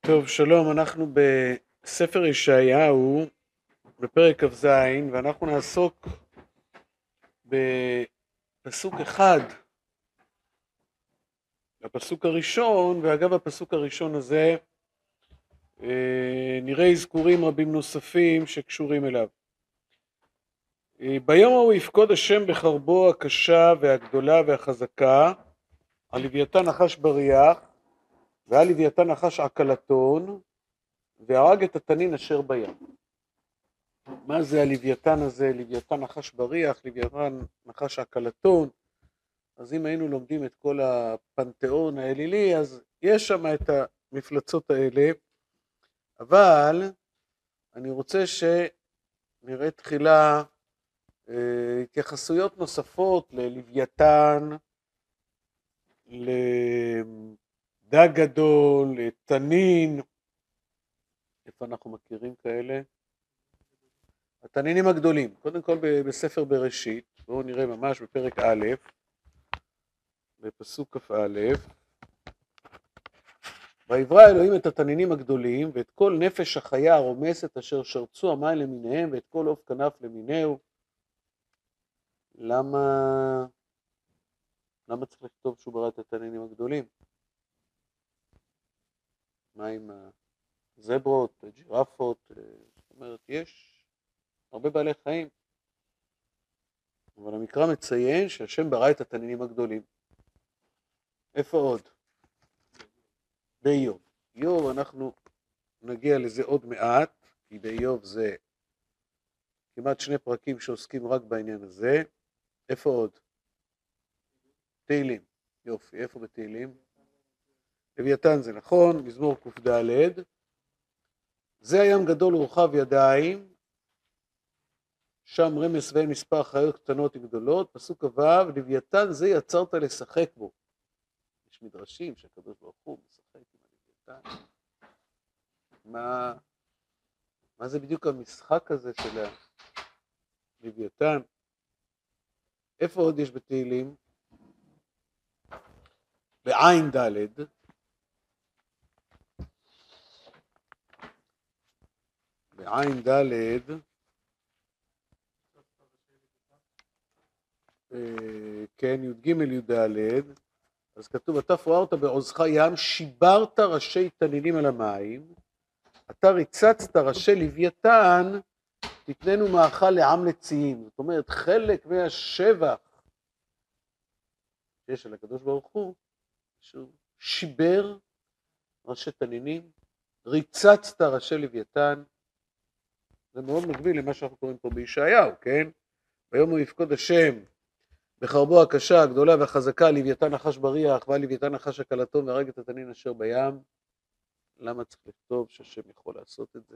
טוב, שלום, אנחנו בספר ישעיהו, בפרק כ"ז, ואנחנו נעסוק בפסוק אחד, הפסוק הראשון, ואגב הפסוק הראשון הזה נראה אזכורים רבים נוספים שקשורים אליו. ביום ההוא יפקוד השם בחרבו הקשה והגדולה והחזקה, על לוויתן נחש בריח, ועל לוויתן נחש עקלתון, והרג את התנין אשר בים. מה זה הלוויתן הזה? לוויתן נחש בריח, לוויתן נחש עקלתון. אז אם היינו לומדים את כל הפנתיאון האלילי, אז יש שם את המפלצות האלה, אבל אני רוצה שנראה תחילה התייחסויות נוספות ללוויתן, לדג גדול, לתנין. איפה אנחנו מכירים כאלה? התנינים הגדולים. קודם כל בספר בראשית, בואו נראה ממש בפרק א', בפסוק כ"א, ויברא אלוהים את התנינים הגדולים, ואת כל נפש החיה הרומסת אשר שרצו המים למיניהם, ואת כל עוף כנף למינהו. למה צריך לכתוב שהוא ברא את התנינים הגדולים? מה עם הזברות, ג'ירפות? זאת אומרת, יש הרבה בעלי חיים, אבל המקרא מציין שהשם ברא את התנינים הגדולים. איפה עוד? באיוב. איוב, אנחנו נגיע לזה עוד מעט, כי באיוב זה כמעט 2 פרקים שעוסקים רק בעניין הזה. איפה עוד? תהילים. יופי, איפה בתהילים? לוויתן זה נכון, מזמור ק"ד. זה הים גדול ורחב ידיים, שם רמס ואין מספר חיות קטנות וגדולות. פסוק ו', לוויתן זה יצרת לשחק בו. יש מדרשים שהקדוש ברוך הוא משחק עם הלוויתן. מה זה בדיוק המשחק הזה של הלוויתן? איפה עוד יש בתהילים? בעין ד', בעין ד', כן, י"ג י"ד, אז כתוב, אתה פוארת בעוזך ים, שיברת ראשי תנינים על המים, אתה ריצצת ראשי לוויתן, תתננו מאכל לעם לציים. זאת אומרת, חלק מהשבח שיש על הקדוש ברוך הוא, שהוא שיבר ראשי תנינים, ריצצת ראשי לוויתן. זה מאוד מקביל למה שאנחנו קוראים פה בישעיהו, כן? ביום הוא יפקוד השם בחרבו הקשה, הגדולה והחזקה, לוויתן נחש בריח, ועל לוויתן נחש עקלתון, והרג את התנין אשר בים. למה צריך לכתוב שהשם יכול לעשות את זה?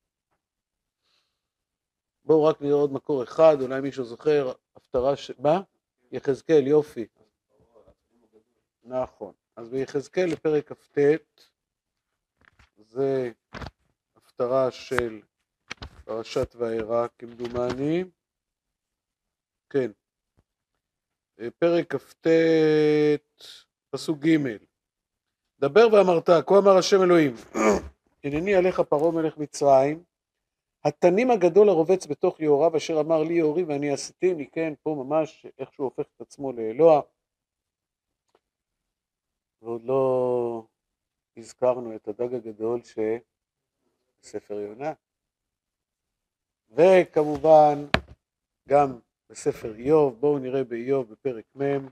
בואו רק נראה עוד מקור אחד, אולי מישהו זוכר, הפטרה מה? יחזקאל, יופי. נכון. אז ביחזקאל לפרק כ"ט, זה הפטרה של פרשת וארא, כמדומני. כן. פרק כ"ט, פסוק ג', דבר ואמרת, כה אמר השם אלוהים, הנני עליך פרעה מלך מצרים, התנים הגדול הרובץ בתוך יאוריו, אשר אמר לי יאורי ואני עשיתיני. כן, פה ממש איך שהוא הופך את עצמו לאלוה, ועוד לא הזכרנו את הדג הגדול בספר יונה, וכמובן גם בספר איוב. בואו נראה באיוב בפרק מ',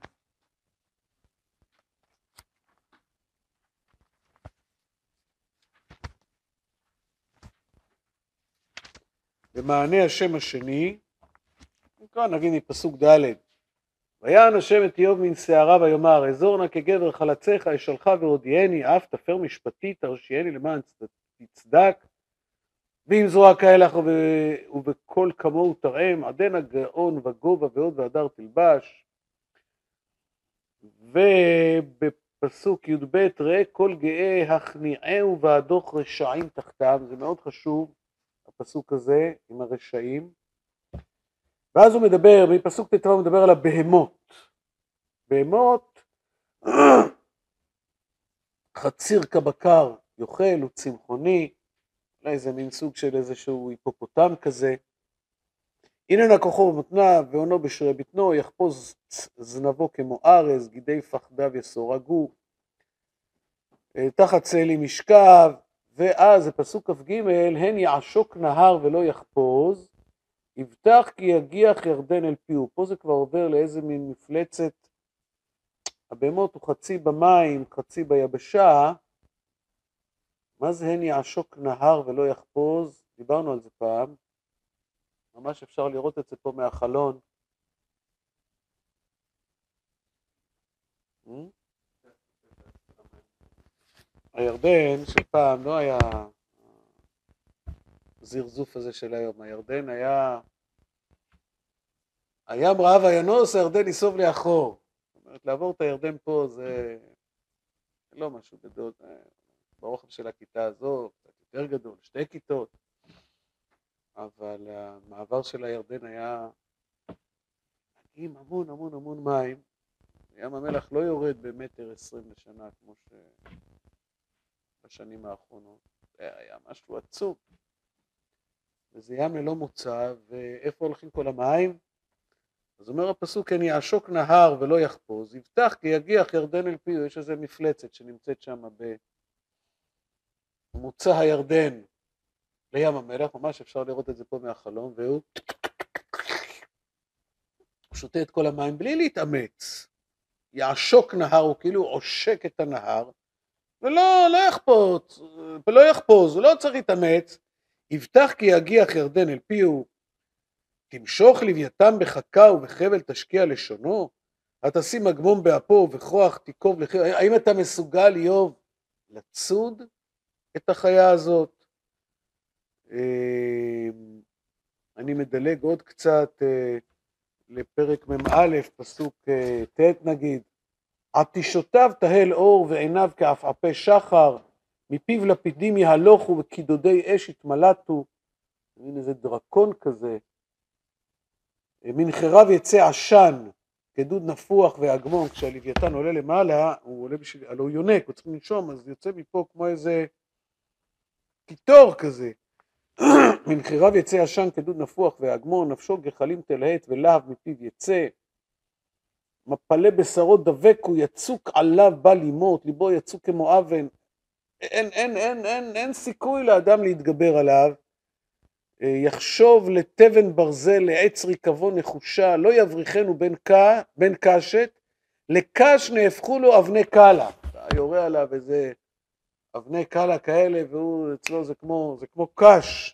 במענה השם השני, נקרא נגיד מפסוק ד', ויען השם את איוב מן שערה ויאמר, אזור נא כגבר חלציך, אשלך והודיעני, אף תפר משפטי תרשייני למען תצדק, ואם זרוע כאלך ובכל כמוהו תרעם, עדנה גאון וגובה ועוד והדר תלבש. ובפסוק י"ב, ראה כל גאה הכניעהו והדוך רשעים תחתיו. זה מאוד חשוב הפסוק הזה עם הרשעים. ואז הוא מדבר, מפסוק ט"ו הוא מדבר על הבהמות. בהמות חציר כבקר יוכל, הוא צמחוני, אולי זה מין סוג של איזשהו היפופוטם כזה. הנה כוחו במותניו ועונו בשרי בטנו, יחפוז זנבו כמו ארז, גידי פחדיו יסורגו, תחת צאלים משכב, ואז הפסוק כ"ג, הן יעשוק נהר ולא יחפוז, יבטח כי יגיח ירדן אל פיהו. פה זה כבר עובר לאיזה מין מפלצת, הבהמות הוא חצי במים, חצי ביבשה. מה זה הן יעשוק נהר ולא יחפוז? דיברנו על זה פעם, ממש אפשר לראות את זה פה מהחלון. הירדן של פעם לא היה זרזוף הזה של היום, הירדן היה, הים רעב הינוס, הירדן יסוב לאחור. זאת אומרת, לעבור את הירדן פה זה לא משהו גדול, ברוחב של הכיתה הזו, קצת יותר גדול, 2 כיתות, אבל המעבר של הירדן היה עם המון המון המון מים. ים המלח לא יורד במטר 20 לשנה כמו שבשנים האחרונות, זה היה משהו עצום. וזה ים ללא מוצא, ואיפה הולכים כל המים? אז אומר הפסוק, הן יעשוק נהר ולא יחפוז, יבטח כי יגיח ירדן אל פיהו. יש איזה מפלצת שנמצאת שם במוצא הירדן לים המלח, ממש אפשר לראות את זה פה מהחלום, והוא שותה את כל המים בלי להתאמץ. יעשוק נהר, הוא כאילו עושק את הנהר, ולא יחפוז, הוא לא צריך להתאמץ. יבטח כי יגיח ירדן אל פיהו, תמשוך לוויתם בחכה ובחבל תשקיע לשונו, התשים אגמום באפו ובכוח תיקוב לחיו. האם אתה מסוגל, איוב, לצוד את החיה הזאת? אני מדלג עוד קצת לפרק מ"א, פסוק ט' נגיד, עטישותיו תהל אור ועיניו כעפעפי שחר, מפיו לפידים יהלוכו וכידודי אש יתמלטו. מין איזה דרקון כזה. מנחריו יצא עשן כדוד נפוח ואגמון. כשהלוויתן עולה למעלה, הוא עולה הוא יונק, הוא צריך לנשום, אז יוצא מפה כמו איזה קיטור כזה. מנחריו יצא עשן כדוד נפוח ואגמון, נפשו גחלים תלהט ולהב מפיו יצא. מפלה בשרו דבקו, יצוק עליו בא לימות, ליבו יצוק כמו אבן. אין סיכוי לאדם להתגבר עליו. יחשוב לתבן ברזל, לעץ ריקבון נחושה, לא יבריחנו בין קשת, לקש נהפכו לו אבני קלה. יורה עליו איזה אבני קלה כאלה, והוא אצלו זה כמו קש.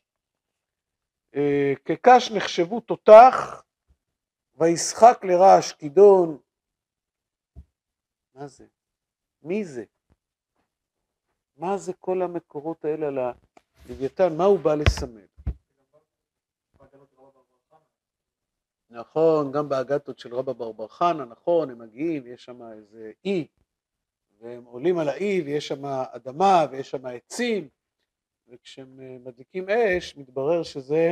כקש נחשבו תותח, וישחק לרעש כידון. מה זה? מי זה? מה זה כל המקורות האלה על הלוויתן? מה הוא בא לסמל? נכון, גם באגדות של רבא בר בר חנא, נכון, הם מגיעים, יש שם איזה אי, והם עולים על האי, ויש שם אדמה, ויש שם עצים, וכשהם מדליקים אש, מתברר שזה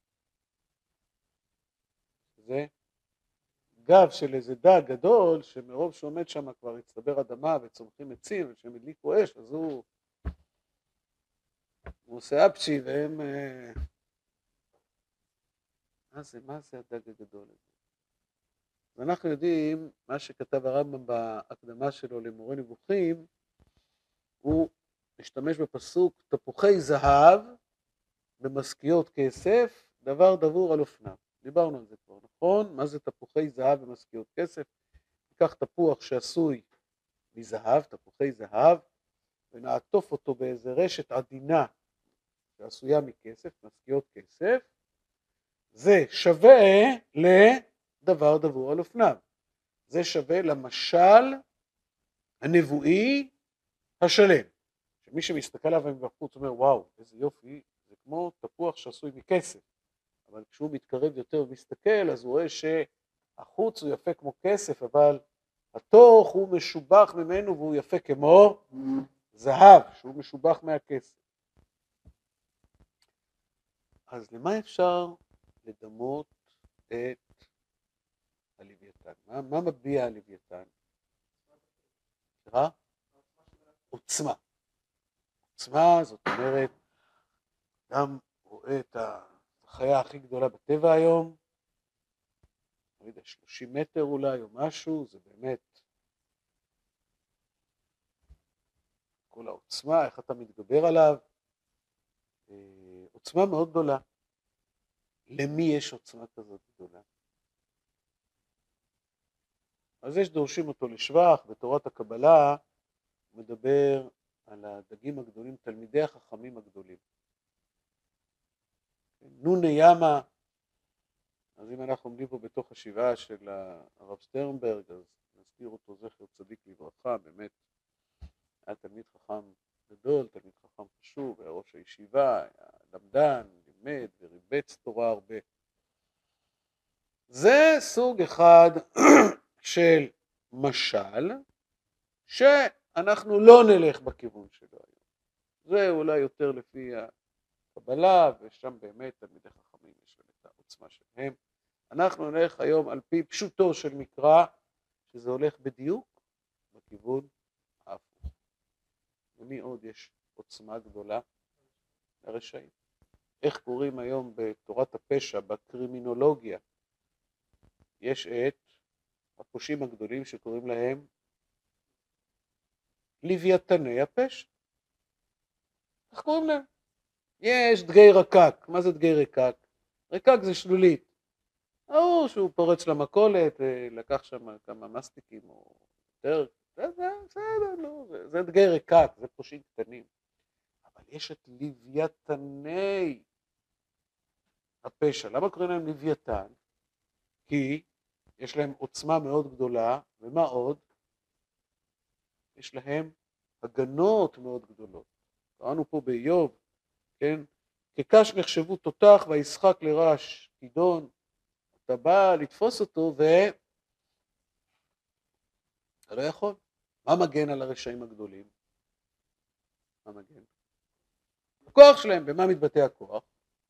גב של איזה דג גדול, שמרוב שעומד שם כבר הצטבר אדמה וצומחים עצים, וכשהם הדליקו אש, אז הוא עושה אפצ'י, והם... מה זה הדג הגדול הזה? ואנחנו יודעים, מה שכתב הרמב"ם בהקדמה שלו למורה נבוכים, הוא משתמש בפסוק, תפוחי זהב במשכיות כסף, דבר דבור על אופניו. דיברנו על זה כבר, נכון? מה זה תפוחי זהב במשכיות כסף? ניקח תפוח שעשוי מזהב, תפוחי זהב, ונעטוף אותו באיזה רשת עדינה שעשויה מכסף, משכיות כסף, זה שווה לדבר דבור על אופניו. זה שווה למשל הנבואי השלם. שמי שמסתכל עליו מבחוץ אומר, וואו, איזה יופי, זה כמו תפוח שעשוי מכסף. אבל כשהוא מתקרב יותר ומסתכל, אז הוא רואה שהחוץ הוא יפה כמו כסף, אבל התוך הוא משובח ממנו והוא יפה כמו זהב, שהוא משובח מהכסף. אז למה אפשר לדמות את הלוויתן? מה מביע הלוויתן? עוצמה. עוצמה, זאת אומרת, גם רואה את החיה הכי גדולה בטבע היום, לא יודע, 30 מטר אולי או משהו, זה באמת כל העוצמה, איך אתה מתגבר עליו, עוצמה מאוד גדולה. למי יש עוצמה כזאת גדולה? אז יש דורשים אותו לשבח, בתורת הקבלה הוא מדבר על הדגים הגדולים, תלמידי החכמים הגדולים. נוני ימה, אז אם אנחנו עומדים פה בתוך השבעה של הרב סטרנברג, אז נזכיר אותו זכר צדיק לברכה, באמת היה תלמיד חכם גדול, תלמיד חכם חשוב, היה ראש הישיבה, היה למדן, לימד וריבץ תורה הרבה. זה סוג אחד של משל, שאנחנו לא נלך בכיוון שלו היום. זה אולי יותר לפי הקבלה, ושם באמת תלמידי חכמים יש להם את העוצמה שלהם. אנחנו נלך היום על פי פשוטו של מקרא, שזה הולך בדיוק בכיוון ההפוך. ומי עוד יש עוצמה גדולה? הרשעים. איך קוראים היום בתורת הפשע, בקרימינולוגיה? יש את הפושעים הגדולים שקוראים להם לוויתני הפשע. איך קוראים להם? יש דגי רקק. מה זה דגי רקק? רקק זה שלולית. ההוא שהוא פורץ למכולת, לקח שם כמה מסטיקים או יותר, בסדר, לא, זה דגי רקק, זה פושעים קטנים. אבל יש את לוויתני הפשע. למה קוראים להם לוויתן? כי יש להם עוצמה מאוד גדולה, ומה עוד? יש להם הגנות מאוד גדולות. קראנו פה באיוב, כן? כקש נחשבו תותח וישחק לרש כידון. אתה בא לתפוס אותו אתה לא יכול. מה מגן על הרשעים הגדולים? מה מגן? הכוח שלהם. במה מתבטא הכוח?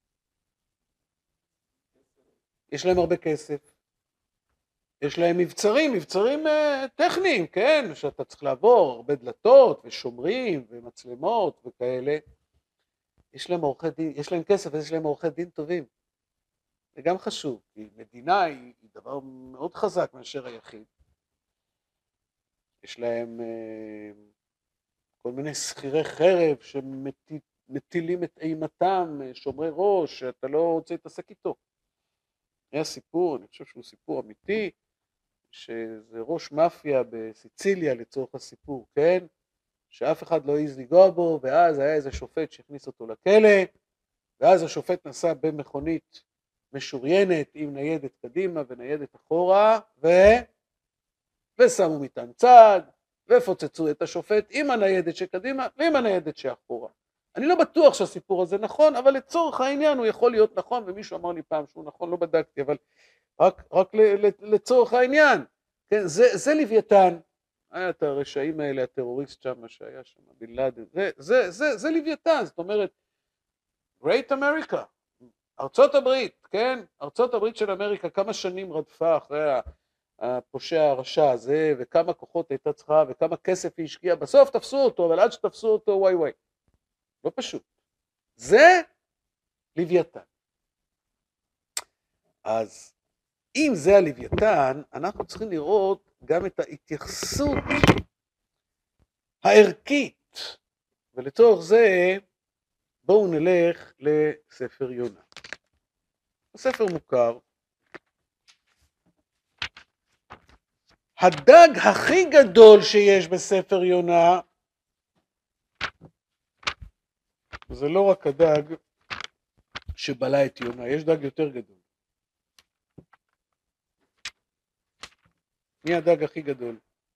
יש להם הרבה כסף. יש להם מבצרים טכניים, כן? שאתה צריך לעבור הרבה דלתות ושומרים ומצלמות וכאלה. יש להם עורכי דין, יש להם כסף ויש להם עורכי דין טובים. זה גם חשוב, כי מדינה היא דבר מאוד חזק מאשר היחיד. יש להם כל מיני שכירי חרב שמטילים את אימתם, שומרי ראש, שאתה לא רוצה להתעסק איתו. היה סיפור, אני חושב שהוא סיפור אמיתי, שזה ראש מאפיה בסיציליה לצורך הסיפור, כן? שאף אחד לא העז לגוע בו, ואז היה איזה שופט שהכניס אותו לכלא, ואז השופט נסע במכונית משוריינת עם ניידת קדימה וניידת אחורה, ושמו מטען צד, ופוצצו את השופט עם הניידת שקדימה ועם הניידת שאחורה. אני לא בטוח שהסיפור הזה נכון, אבל לצורך העניין הוא יכול להיות נכון, ומישהו אמר לי פעם שהוא נכון, לא בדקתי, אבל רק לצורך העניין, כן, זה לוויתן. היה את הרשעים האלה, הטרוריסט שם, שהיה שם, בן לאדן, זה לוויתן, זאת אומרת, Great America, ארצות הברית, כן? ארצות הברית של אמריקה כמה שנים רדפה אחרי הפושע הרשע הזה, וכמה כוחות הייתה צריכה, וכמה כסף היא השקיעה, בסוף תפסו אותו, אבל עד שתפסו אותו, וואי. לא פשוט. זה לוויתן. אז אם זה הלוויתן, אנחנו צריכים לראות גם את ההתייחסות הערכית, ולצורך זה בואו נלך לספר יונה. הספר מוכר. הדג הכי גדול שיש בספר יונה, זה לא רק הדג שבלע את יונה, יש דג יותר גדול. מי הדג הכי גדול?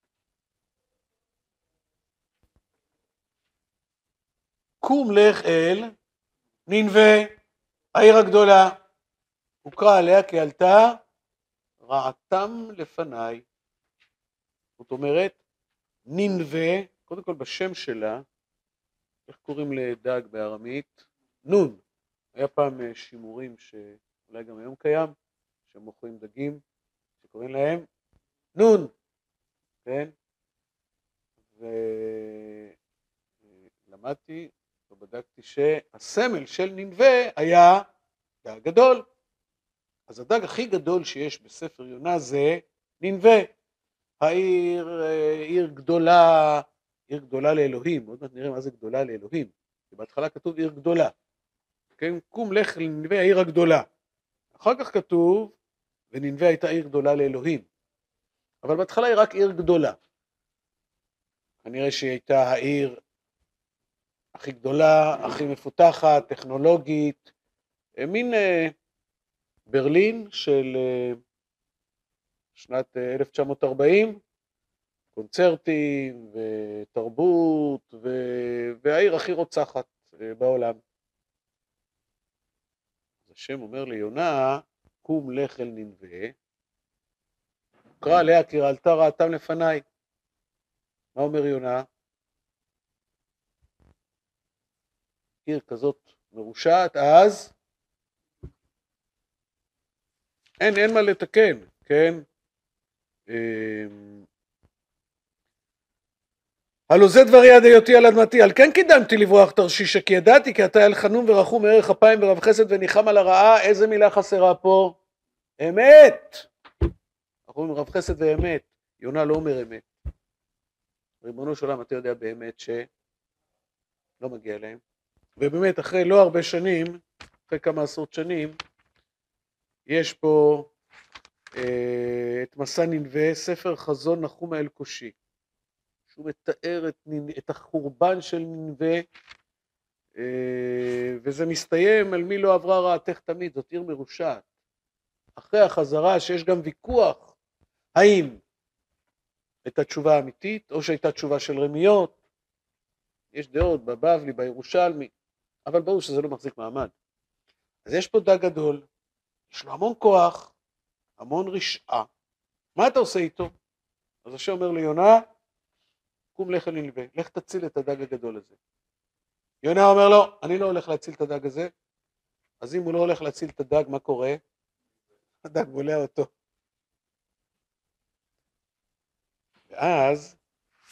קום לך אל נינווה, העיר הגדולה, הוקרא עליה כי עלתה רעתם לפניי. זאת אומרת, נינווה, קודם כל בשם שלה, איך קוראים לדג בארמית? נון. היה פעם שימורים שאולי גם היום קיים, שמוכרים דגים, שקוראים להם נון, כן? ולמדתי בדקתי שהסמל של נינווה היה דג גדול. אז הדג הכי גדול שיש בספר יונה זה נינווה. העיר, עיר גדולה לאלוהים. עוד מעט נראה מה זה גדולה לאלוהים. בהתחלה כתוב עיר גדולה. כן, קום לך לנינווה העיר הגדולה. אחר כך כתוב, ונינווה הייתה עיר גדולה לאלוהים. אבל בהתחלה היא רק עיר גדולה. כנראה שהיא הייתה העיר הכי גדולה, הכי מפותחת, טכנולוגית, מין ברלין של שנת 1940, קונצרטים ותרבות, והעיר הכי רוצחת בעולם. אז השם אומר ליונה, קום לך אל נינווה, קרא עליה כי ראתה רעתם לפניי. מה אומר יונה? עיר כזאת מרושעת, אז אין מה לתקן, כן? הלא זה דברי עד היותי על אדמתי, על כן קידמתי לברוח תרשישה, כי ידעתי כי אתה אל חנון ורחום מערך אפיים ורב חסד וניחם על הרעה. איזה מילה חסרה פה? אמת. אנחנו אומרים רב חסד ואמת, יונה לא אומר אמת. ריבונו של עולם, אתה יודע באמת שלא מגיע להם. ובאמת אחרי לא הרבה שנים, אחרי כמה עשרות שנים, יש פה את מסע נינווה, ספר חזון נחום האלקושי, שהוא מתאר את החורבן של נינווה, וזה מסתיים על מי לא עברה רעתך תמיד. זאת עיר מרושעת. אחרי החזרה שיש גם ויכוח, האם הייתה תשובה אמיתית, או שהייתה תשובה של רמיות, יש דעות בבבלי, בירושלמי, אבל ברור שזה לא מחזיק מעמד. אז יש פה דג גדול, יש לו המון כוח, המון רשעה. מה אתה עושה איתו? אז השם אומר ליונה, קום לך אל נינווה, לך תציל את הדג הגדול הזה. יונה אומר לו, אני לא הולך להציל את הדג הזה. אז אם הוא לא הולך להציל את הדג, מה קורה? הדג בולע אותו. ואז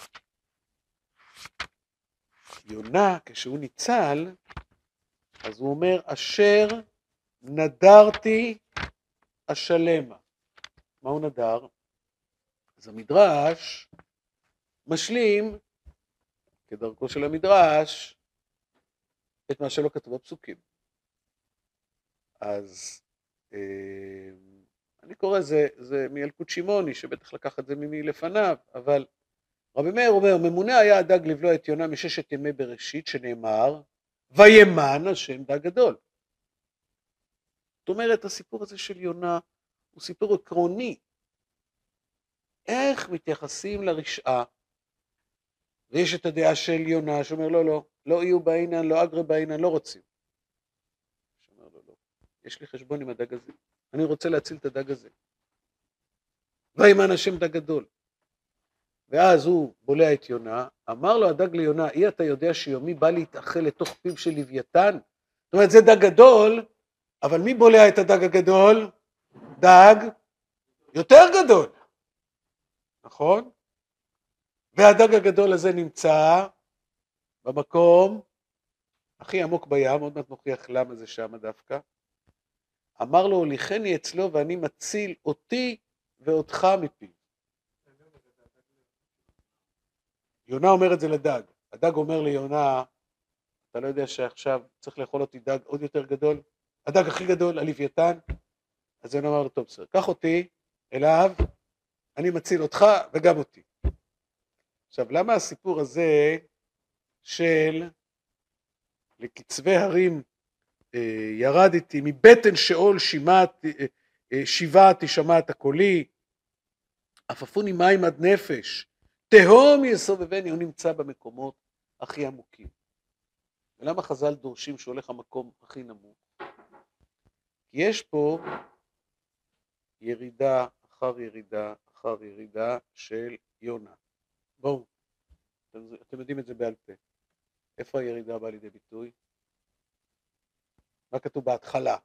יונה, כשהוא ניצל, אז הוא אומר, אשר נדרתי אשלמה. מה הוא נדר? אז המדרש משלים, כדרכו של המדרש, את מה שלא כתוב בפסוקים. אז אני קורא זה מילקוט שמעוני, שבטח לקח את זה ממי לפניו, אבל רבי מאיר אומר, ממונה היה הדג לבלוע את יונה מששת ימי בראשית, שנאמר, וימן השם דג גדול. זאת אומרת, הסיפור הזה של יונה הוא סיפור עקרוני. איך מתייחסים לרשעה? ויש את הדעה של יונה שאומר, לא יהיו בעינן, לא אגרה בעינן, לא רוצים. שאומר לו, לא, יש לי חשבון עם הדג הזה. אני רוצה להציל את הדג הזה. וימן השם דג גדול. ואז הוא בולע את יונה, אמר לו הדג ליונה, אי אתה יודע שיומי בא להתאכל לתוך פיו של לוויתן? זאת אומרת, זה דג גדול, אבל מי בולע את הדג הגדול? דג יותר גדול. נכון? והדג הגדול הזה נמצא במקום הכי עמוק בים, עוד מעט נוכיח למה זה שם דווקא. אמר לו, הוליכני אצלו ואני מציל אותי ואותך מפי. יונה אומר את זה לדג. הדג אומר ליונה, אתה לא יודע שעכשיו צריך לאכול אותי דג עוד יותר גדול? הדג הכי גדול, הלוויתן. אז יונה אמר לו, טוב בסדר, קח אותי אליו, אני מציל אותך וגם אותי. עכשיו, למה הסיפור הזה של לקצווי הרים ירדתי, מבטן שאול שיבה תשמע את הקולי, עפפוני מים עד נפש, תהום יסובבני, הוא נמצא במקומות הכי עמוקים. ולמה חז"ל דורשים שהולך המקום הכי נמוך? כי יש פה ירידה אחר ירידה אחר ירידה של יונה. בואו, אתם יודעים את זה בעל פה. איפה הירידה באה לידי ביטוי? מה כתוב בהתחלה?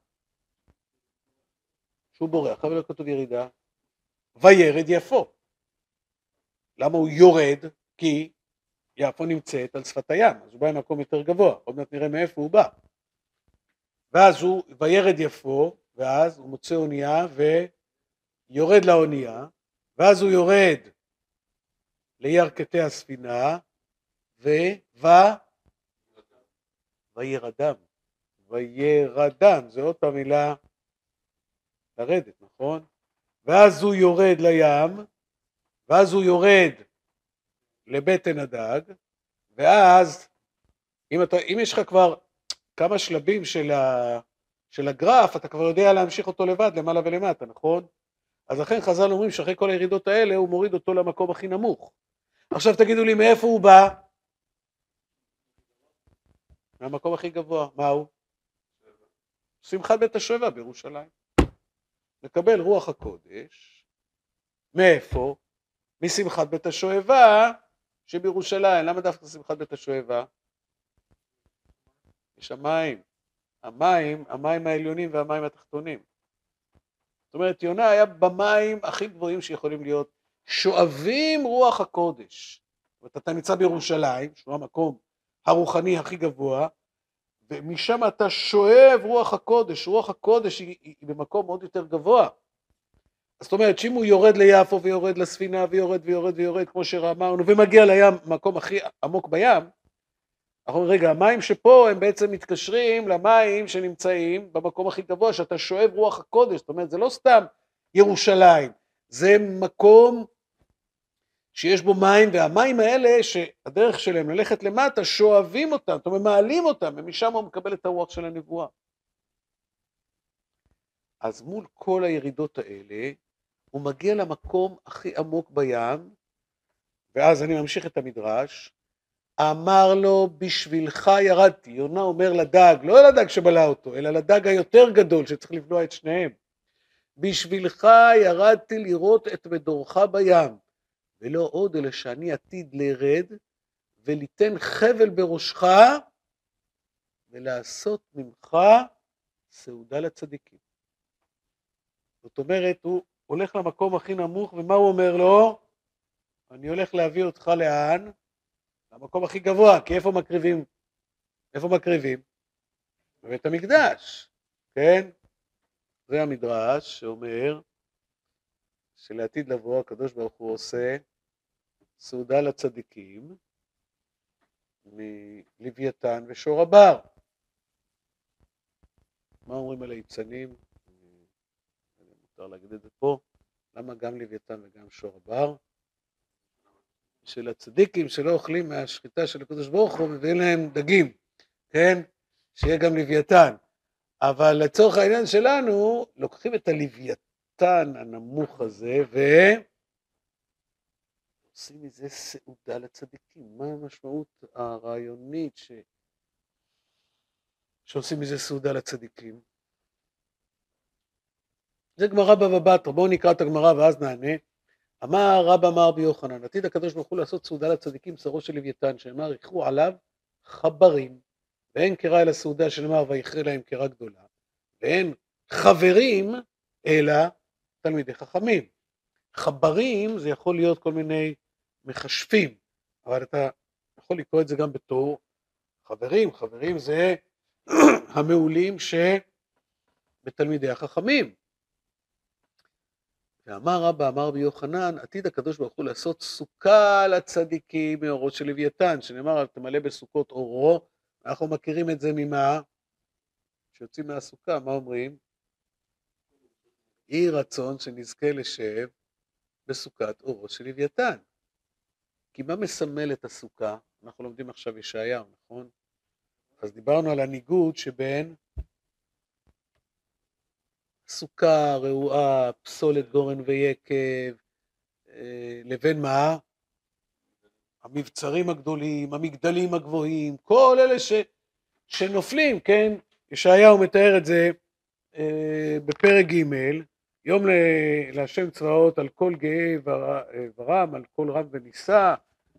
שהוא בורח, אבל לא כתוב ירידה. וירד יפו. למה הוא יורד? כי יפו נמצאת על שפת הים, אז הוא בא ממקום יותר גבוה, עוד מעט נראה מאיפה הוא בא. ואז הוא וירד יפו, ואז הוא מוצא אונייה ויורד לאונייה, ואז הוא יורד לירכתי הספינה, וירדם. וירדם, זה עוד פעם מילה לרדת, נכון? ואז הוא יורד לים, ואז הוא יורד לבטן הדג, ואז אם יש לך כבר כמה שלבים של הגרף, אתה כבר יודע להמשיך אותו לבד למעלה ולמטה, נכון? אז לכן חז"ל אומרים שאחרי כל הירידות האלה הוא מוריד אותו למקום הכי נמוך. עכשיו תגידו לי מאיפה הוא בא? מהמקום הכי גבוה. מה הוא? שמחת בית השואבה בירושלים. מקבל רוח הקודש. מאיפה? משמחת בית השואבה שבירושלים. למה דווקא שמחת בית השואבה? יש המים העליונים והמים התחתונים. זאת אומרת, יונה היה במים הכי גבוהים שיכולים להיות, שואבים רוח הקודש. זאת אומרת, אתה נמצא בירושלים, שהוא המקום הרוחני הכי גבוה, ומשם אתה שואב רוח הקודש. רוח הקודש היא במקום עוד יותר גבוה. זאת אומרת, שאם הוא יורד ליפו ויורד לספינה ויורד ויורד ויורד, כמו שאמרנו, ומגיע לים, מקום הכי עמוק בים, אנחנו אומרים, רגע, המים שפה הם בעצם מתקשרים למים שנמצאים במקום הכי גבוה, שאתה שואב רוח הקודש. זאת אומרת, זה לא סתם ירושלים, זה מקום שיש בו מים, והמים האלה שהדרך שלהם ללכת למטה, שואבים אותם, זאת אומרת, מעלים אותם, ומשם הוא מקבל את הרוח של הנבואה. אז מול כל הירידות האלה, הוא מגיע למקום הכי עמוק בים, ואז אני ממשיך את המדרש, אמר לו, בשבילך ירדתי. יונה אומר לדג, לא לדג שבלע אותו, אלא לדג היותר גדול שצריך לבלוע את שניהם. בשבילך ירדתי לראות את מדורך בים, ולא עוד אלא שאני עתיד לרד, וליתן חבל בראשך, ולעשות ממך סעודה לצדיקים. זאת אומרת, הוא הולך למקום הכי נמוך, ומה הוא אומר לו? אני הולך להביא אותך לאן? למקום הכי גבוה, כי איפה מקריבים? איפה מקריבים? בבית המקדש, כן? זה המדרש שאומר שלעתיד לבוא הקדוש ברוך הוא עושה סעודה לצדיקים מלוויתן ושור הבר. מה אומרים על היצנים? מותר להגיד את זה פה. למה גם לוויתן וגם שור הבר? של הצדיקים שלא אוכלים מהשחיטה של הקדוש ברוך הוא, מביאים להם דגים, כן? שיהיה גם לוויתן. אבל לצורך העניין שלנו, לוקחים את הלוויתן הנמוך הזה, ועושים מזה סעודה לצדיקים. מה המשמעות הרעיונית שעושים מזה סעודה לצדיקים? זה גמרא בבא בתרא, בואו נקרא את הגמרא ואז נענה. אמר רבא אמר רבי יוחנן, עתיד הקדוש ברוך הוא לעשות סעודה לצדיקים, שרו של לוויתן, שאמר יכרו עליו חברים, ואין קרא אלא סעודה שנאמר ויכרה להם קרא גדולה, ואין חברים אלא תלמידי חכמים. חברים זה יכול להיות כל מיני מחשבים, אבל אתה יכול לקרוא את זה גם בתור חברים. חברים זה המעולים שבתלמידי החכמים. ואמר רבא אמר רבי יוחנן, עתיד הקדוש ברוך הוא לעשות סוכה לצדיקים מאורות של לוויתן, שנאמר תמלא בסוכות אורו. אנחנו מכירים את זה ממה? שיוצאים מהסוכה, מה אומרים? יהי רצון שנזכה לשב בסוכת אורו של לוויתן. כי מה מסמל את הסוכה? אנחנו לומדים עכשיו ישעיהו, נכון? אז דיברנו על הניגוד שבין סוכה, רעועה, פסולת גורן ויקב, לבין מה? המבצרים הגדולים, המגדלים הגבוהים, כל אלה שנופלים, כן? ישעיהו מתאר את זה בפרק ג', יום להשם צבאות על כל גאה ורם, על כל רם ונישא,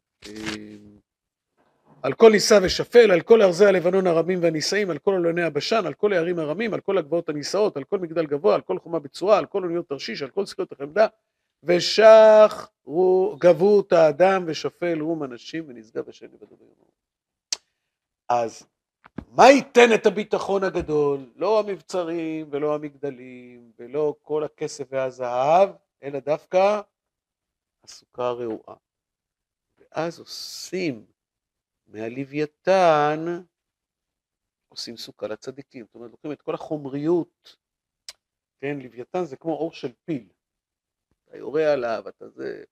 על כל נישא ושפל, על כל ארזי הלבנון הרמים והנישאים, על כל אלוני הבשן, על כל הערים הרמים, על כל הגבעות הנישאות, על כל מגדל גבוה, על כל חומה בצורה, על כל אוניות תרשיש, על כל שכיות החמדה, ושח גבות האדם ושפל רום אנשים ונשגב השם לבדו ביומו. אז מה ייתן את הביטחון הגדול? לא המבצרים ולא המגדלים ולא כל הכסף והזהב, אלא דווקא הסוכה הרעועה. ואז עושים מהלוויתן, עושים סוכה לצדיקים. זאת אומרת, לוקחים את כל החומריות, כן, לוויתן זה כמו אור של פיל. אתה יורה עליו, אתה זה...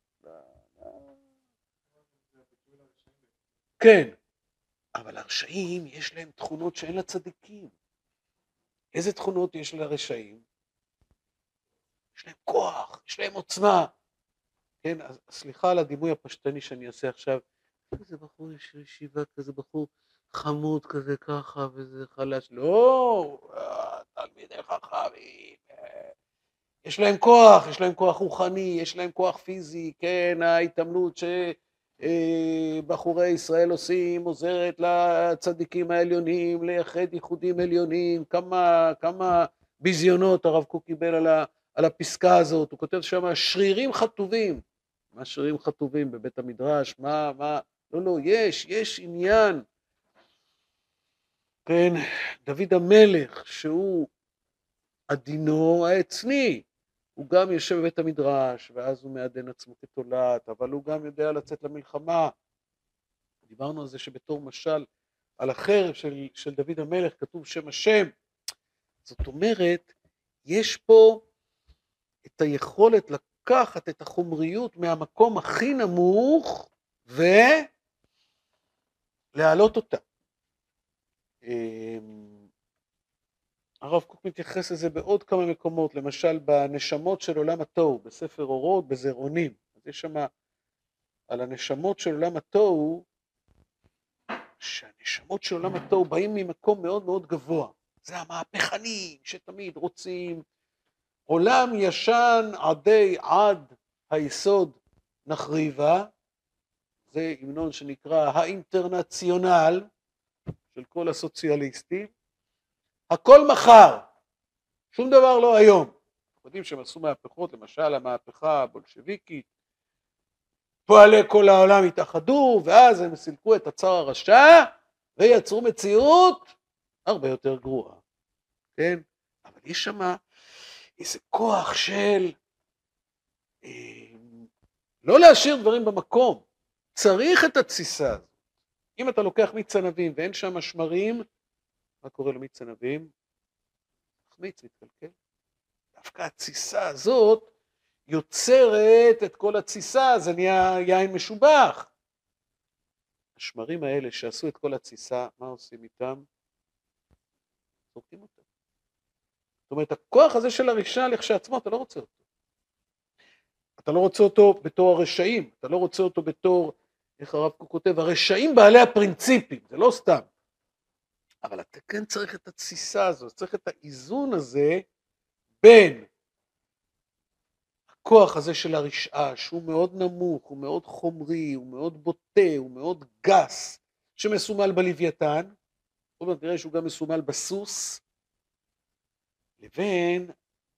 כן, אבל הרשעים יש להם תכונות שאין לצדיקים. איזה תכונות יש לרשעים? יש להם כוח, יש להם עוצמה. כן, אז סליחה על הדימוי הפשטני שאני אעשה עכשיו. איזה בחור יש ישיבה כזה, בחור חמוד כזה ככה וזה חלש. לא, תלמידי חכמים. יש להם כוח, יש להם כוח רוחני, יש להם כוח פיזי, כן, ההתאמנות שבחורי ישראל עושים עוזרת לצדיקים העליונים, לייחד ייחודים עליונים, כמה ביזיונות הרב קוק קיבל על הפסקה הזאת, הוא כותב שם שרירים חטובים, מה שרירים חטובים בבית המדרש, לא, יש עניין, כן, דוד המלך שהוא עדינו העצני, הוא גם יושב בבית המדרש, ואז הוא מעדן עצמו כתולעת, אבל הוא גם יודע לצאת למלחמה. דיברנו על זה שבתור משל, על החרב של דוד המלך, כתוב שם השם. זאת אומרת, יש פה את היכולת לקחת את החומריות מהמקום הכי נמוך, ולהעלות אותה. הרב קוק מתייחס לזה בעוד כמה מקומות, למשל בנשמות של עולם התוהו, בספר אורות, בזרעונים. אז יש שם על הנשמות של עולם התוהו, שהנשמות של עולם התוהו באים ממקום מאוד מאוד גבוה. זה המהפכנים שתמיד רוצים, עולם ישן עד היסוד נחריבה, זה המנון שנקרא האינטרנציונל של כל הסוציאליסטים, הכל מחר, שום דבר לא היום. אנחנו יודעים שהם עשו מהפכות, למשל המהפכה הבולשביקית, פועלי כל העולם התאחדו, ואז הם סילקו את הצר הרשע, ויצרו מציאות הרבה יותר גרועה. כן? אבל יש שם איזה כוח של לא להשאיר דברים במקום. צריך את התסיסה הזאת. אם אתה לוקח מיץ ענבים ואין שם שמרים, מה קורה למיץ ענבים? מחמיץ, מתקלקל. דווקא התסיסה הזאת יוצרת את כל התסיסה, זה נהיה יין משובח. השמרים האלה שעשו את כל התסיסה, מה עושים איתם? זורקים אותם. זאת אומרת, הכוח הזה של הרשע לכשעצמו, אתה לא רוצה אותו. אתה לא רוצה אותו בתור הרשעים, אתה לא רוצה אותו בתור, איך הרב קוק כותב, הרשעים בעלי הפרינציפים, זה לא סתם. אבל אתה כן צריך את התסיסה הזאת, צריך את האיזון הזה בין הכוח הזה של הרשעה, שהוא מאוד נמוך, הוא מאוד חומרי, הוא מאוד בוטה, הוא מאוד גס, שמסומל בלוויתן, זאת אומרת, נראה שהוא גם מסומל בסוס, לבין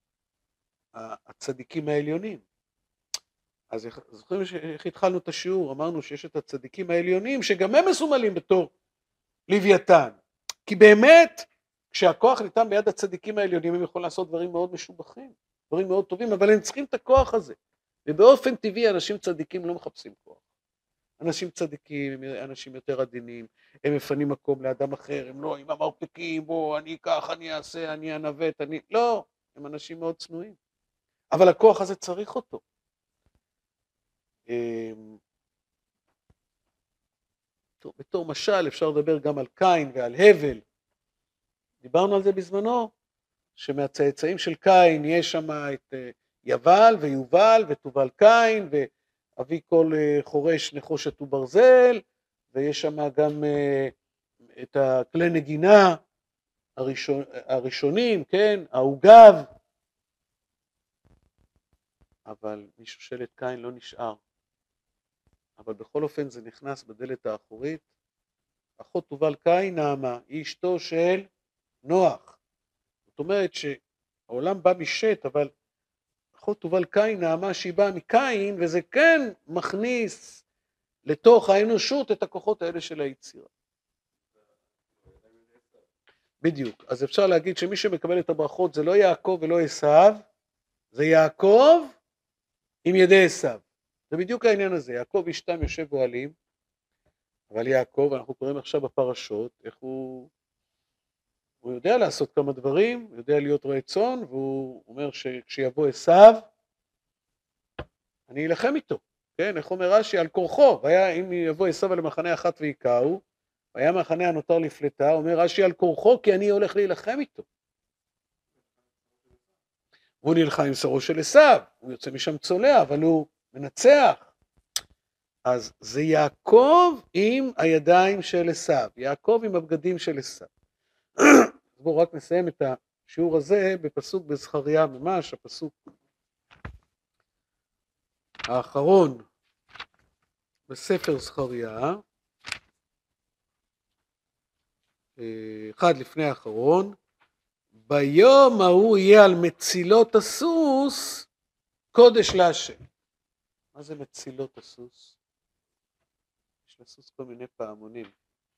הצדיקים העליונים. אז זוכרים איך התחלנו את השיעור, אמרנו שיש את הצדיקים העליונים, שגם הם מסומלים בתור לוויתן. כי באמת, כשהכוח ניתן ביד הצדיקים העליונים, הם יכולים לעשות דברים מאוד משובחים, דברים מאוד טובים, אבל הם צריכים את הכוח הזה. ובאופן טבעי, אנשים צדיקים לא מחפשים כוח. אנשים צדיקים, הם אנשים יותר עדינים, הם מפנים מקום לאדם אחר, הם לא עם המרפקים, בוא, אני אקח, אני אעשה, אני אנווט, לא, הם אנשים מאוד צנועים. אבל הכוח הזה צריך אותו. בתור משל אפשר לדבר גם על קין ועל הבל. דיברנו על זה בזמנו, שמהצאצאים של קין יש שם את יבל ויובל ותובל קין, ואבי כל חורש נחושת וברזל, ויש שם גם את הכלי נגינה הראשונים, כן, העוגב, אבל משושלת קין לא נשאר. אבל בכל אופן זה נכנס בדלת האחורית. אחות תובל קין נעמה, היא אשתו של נוח. זאת אומרת שהעולם בא משת, אבל אחות תובל קין נעמה שהיא באה מקין, וזה כן מכניס לתוך האנושות את הכוחות האלה של היצירה. בדיוק. אז אפשר להגיד שמי שמקבל את הברכות זה לא יעקב ולא עשיו, זה יעקב עם ידי עשיו. זה בדיוק העניין הזה. יעקב איש תם יושב אוהלים, אבל יעקב, אנחנו קוראים עכשיו בפרשות, איך הוא יודע לעשות כמה דברים, הוא יודע להיות רועה צאן, והוא אומר שכשיבוא עשיו, אני אלחם איתו. כן, איך אומר רש"י? על כורחו, אם יבוא עשיו למחנה אחת ויקעו, והיה מחנה הנותר לפלטה, אומר רש"י על כורחו, כי אני הולך להילחם איתו. והוא נלחם עם שרו של עשיו, הוא יוצא משם צולע, אבל הוא מנצח. אז זה יעקב עם הידיים של עשיו, יעקב עם הבגדים של עשיו. בואו רק נסיים את השיעור הזה בפסוק בזכריה, ממש הפסוק האחרון בספר זכריה, אחד לפני האחרון, ביום ההוא יהיה על מצילות הסוס קודש להשם. מה זה מצילות הסוס? יש לסוס כל מיני פעמונים.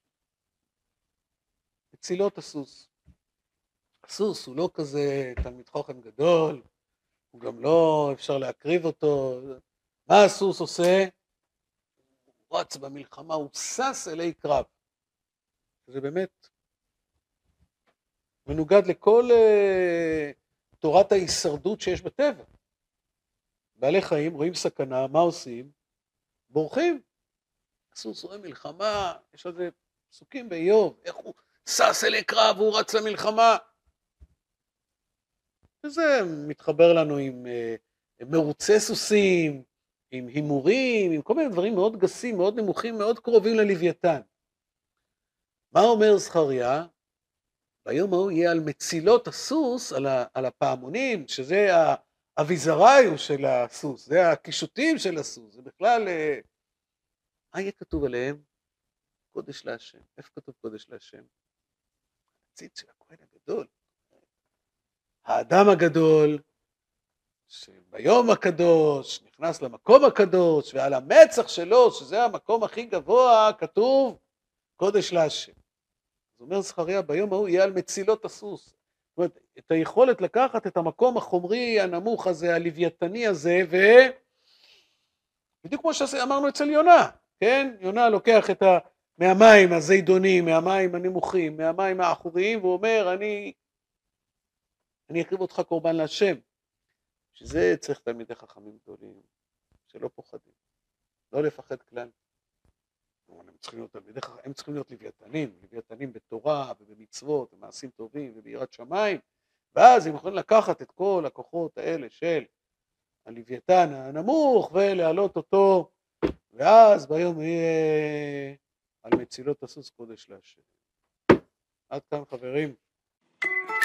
מצילות הסוס. הסוס הוא לא כזה תלמיד חוכם גדול, הוא גם לא אפשר להקריב אותו. מה הסוס עושה? הוא רץ במלחמה, הוא סס אלי קרב. זה באמת מנוגד לכל תורת ההישרדות שיש בטבע. בעלי חיים רואים סכנה, מה עושים? בורחים. הסוס רואה מלחמה, יש על זה פסוקים באיוב, איך הוא סס אלי קרב, הוא רץ למלחמה. וזה מתחבר לנו עם מרוצי סוסים, עם הימורים, עם כל מיני דברים מאוד גסים, מאוד נמוכים, מאוד קרובים ללוויתן. מה אומר זכריה? ביום ההוא יהיה על מצילות הסוס, על הפעמונים, שזה האביזריו של הסוס, זה הקישוטים של הסוס, זה בכלל, מה יהיה כתוב עליהם? קודש להשם. איפה כתוב קודש להשם? הציץ של הכהן הגדול. האדם הגדול, שביום הקדוש נכנס למקום הקדוש, ועל המצח שלו, שזה המקום הכי גבוה, כתוב קודש להשם. זאת אומרת זכריה, ביום ההוא יהיה על מצילות הסוס. זאת אומרת, את היכולת לקחת את המקום החומרי הנמוך הזה, הלוויתני הזה, בדיוק כמו שאמרנו אצל יונה, כן? יונה לוקח מהמים הזידונים, מהמים הנמוכים, מהמים האחוריים, והוא אומר, אני אקריב אותך קורבן להשם. שזה צריך תלמידי חכמים גדולים, שלא פוחדים, לא לפחד כלל. הם צריכים להיות לוויתנים בתורה ובמצוות ובמעשים טובים וביראת שמיים, ואז הם יכולים לקחת את כל הכוחות האלה של הלוויתן הנמוך ולהעלות אותו, ואז ביום יהיה על מצילות הסוס קודש להשם. עד כאן חברים.